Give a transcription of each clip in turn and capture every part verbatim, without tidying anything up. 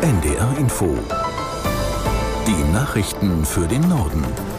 N D R Info. Die Nachrichten für den Norden.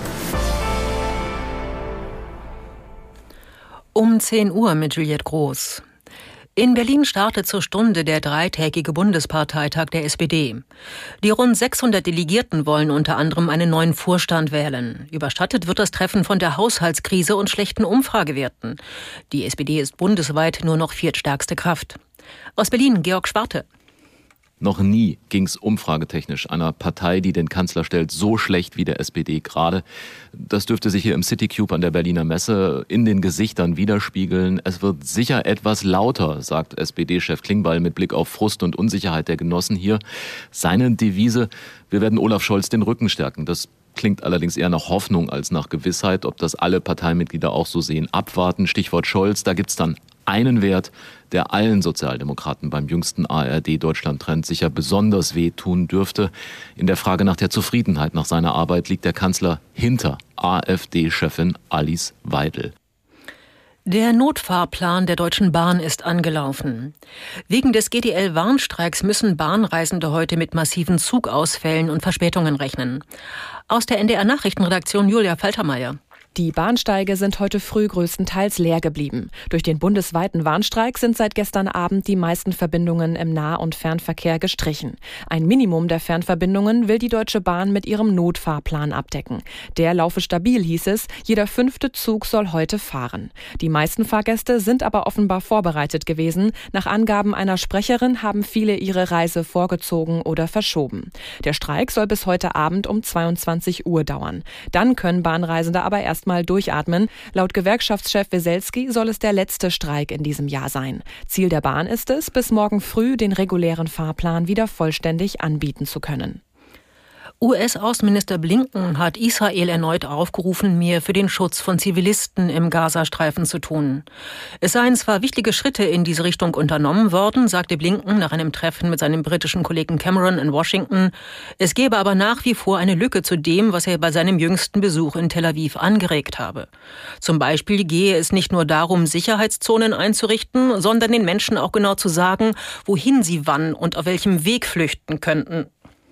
Um zehn Uhr mit Juliette Groß. In Berlin startet zur Stunde der dreitägige Bundesparteitag der S P D. Die rund sechshundert Delegierten wollen unter anderem einen neuen Vorstand wählen. Überschattet wird das Treffen von der Haushaltskrise und schlechten Umfragewerten. Die S P D ist bundesweit nur noch viertstärkste Kraft. Aus Berlin, Georg Schwarte. Noch nie ging es umfragetechnisch einer Partei, die den Kanzler stellt, so schlecht wie der S P D gerade. Das dürfte sich hier im Citycube an der Berliner Messe in den Gesichtern widerspiegeln. Es wird sicher etwas lauter, sagt S P D-Chef Klingbeil mit Blick auf Frust und Unsicherheit der Genossen hier. Seine Devise: Wir werden Olaf Scholz den Rücken stärken. Das klingt allerdings eher nach Hoffnung als nach Gewissheit. Ob das alle Parteimitglieder auch so sehen, abwarten. Stichwort Scholz, da gibt's dann einen Wert, der allen Sozialdemokraten beim jüngsten A R D-Deutschland-Trend sicher besonders wehtun dürfte. In der Frage nach der Zufriedenheit nach seiner Arbeit liegt der Kanzler hinter AfD-Chefin Alice Weidel. Der Notfahrplan der Deutschen Bahn ist angelaufen. Wegen des G D L-Warnstreiks müssen Bahnreisende heute mit massiven Zugausfällen und Verspätungen rechnen. Aus der N D R-Nachrichtenredaktion Julia Faltermeier. Die Bahnsteige sind heute früh größtenteils leer geblieben. Durch den bundesweiten Warnstreik sind seit gestern Abend die meisten Verbindungen im Nah- und Fernverkehr gestrichen. Ein Minimum der Fernverbindungen will die Deutsche Bahn mit ihrem Notfahrplan abdecken. Der laufe stabil, hieß es. Jeder fünfte Zug soll heute fahren. Die meisten Fahrgäste sind aber offenbar vorbereitet gewesen. Nach Angaben einer Sprecherin haben viele ihre Reise vorgezogen oder verschoben. Der Streik soll bis heute Abend um zweiundzwanzig Uhr dauern. Dann können Bahnreisende aber erst mal durchatmen. Laut Gewerkschaftschef Weselski soll es der letzte Streik in diesem Jahr sein. Ziel der Bahn ist es, bis morgen früh den regulären Fahrplan wieder vollständig anbieten zu können. U S-Außenminister Blinken hat Israel erneut aufgerufen, mehr für den Schutz von Zivilisten im Gazastreifen zu tun. Es seien zwar wichtige Schritte in diese Richtung unternommen worden, sagte Blinken nach einem Treffen mit seinem britischen Kollegen Cameron in Washington. Es gäbe aber nach wie vor eine Lücke zu dem, was er bei seinem jüngsten Besuch in Tel Aviv angeregt habe. Zum Beispiel gehe es nicht nur darum, Sicherheitszonen einzurichten, sondern den Menschen auch genau zu sagen, wohin sie wann und auf welchem Weg flüchten könnten.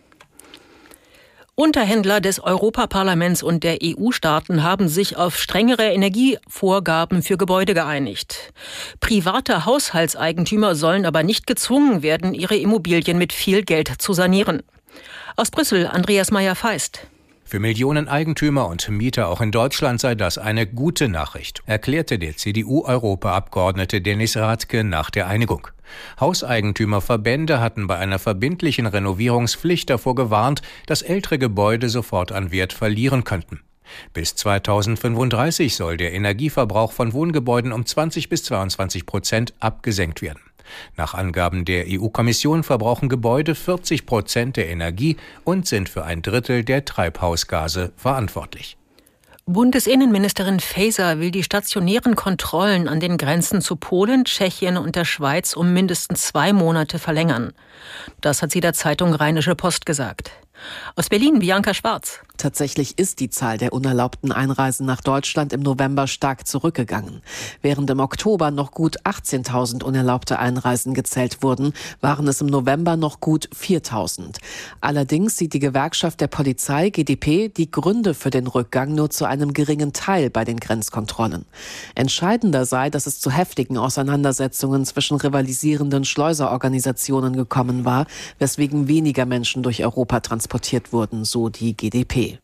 Unterhändler des Europaparlaments und der E U-Staaten haben sich auf strengere Energievorgaben für Gebäude geeinigt. Private Haushaltseigentümer sollen aber nicht gezwungen werden, ihre Immobilien mit viel Geld zu sanieren. Aus Brüssel, Andreas Meyer-Feist. Für Millionen Eigentümer und Mieter auch in Deutschland sei das eine gute Nachricht, erklärte der C D U-Europaabgeordnete Dennis Rathke nach der Einigung. Hauseigentümerverbände hatten bei einer verbindlichen Renovierungspflicht davor gewarnt, dass ältere Gebäude sofort an Wert verlieren könnten. Bis zweitausendfünfunddreißig soll der Energieverbrauch von Wohngebäuden um zwanzig bis zweiundzwanzig Prozent abgesenkt werden. Nach Angaben der E U-Kommission verbrauchen Gebäude vierzig Prozent der Energie und sind für ein Drittel der Treibhausgase verantwortlich. Bundesinnenministerin Faeser will die stationären Kontrollen an den Grenzen zu Polen, Tschechien und der Schweiz um mindestens zwei Monate verlängern. Das hat sie der Zeitung Rheinische Post gesagt. Aus Berlin, Bianca Schwarz. Tatsächlich ist die Zahl der unerlaubten Einreisen nach Deutschland im November stark zurückgegangen. Während im Oktober noch gut achtzehntausend unerlaubte Einreisen gezählt wurden, waren es im November noch gut viertausend. Allerdings sieht die Gewerkschaft der Polizei, G d P, die Gründe für den Rückgang nur zu einem geringen Teil bei den Grenzkontrollen. Entscheidender sei, dass es zu heftigen Auseinandersetzungen zwischen rivalisierenden Schleuserorganisationen gekommen war, weswegen weniger Menschen durch Europa transportiert wurden, so die G d P.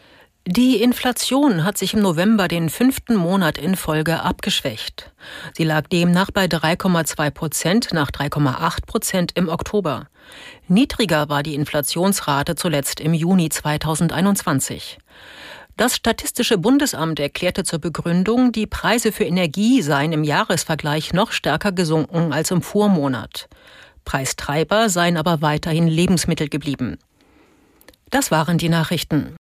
Die Inflation hat sich im November den fünften Monat in Folge abgeschwächt. Sie lag demnach bei drei Komma zwei Prozent nach drei Komma acht Prozent im Oktober. Niedriger war die Inflationsrate zuletzt im Juni zweitausendeinundzwanzig. Das Statistische Bundesamt erklärte zur Begründung, die Preise für Energie seien im Jahresvergleich noch stärker gesunken als im Vormonat. Preistreiber seien aber weiterhin Lebensmittel geblieben. Das waren die Nachrichten.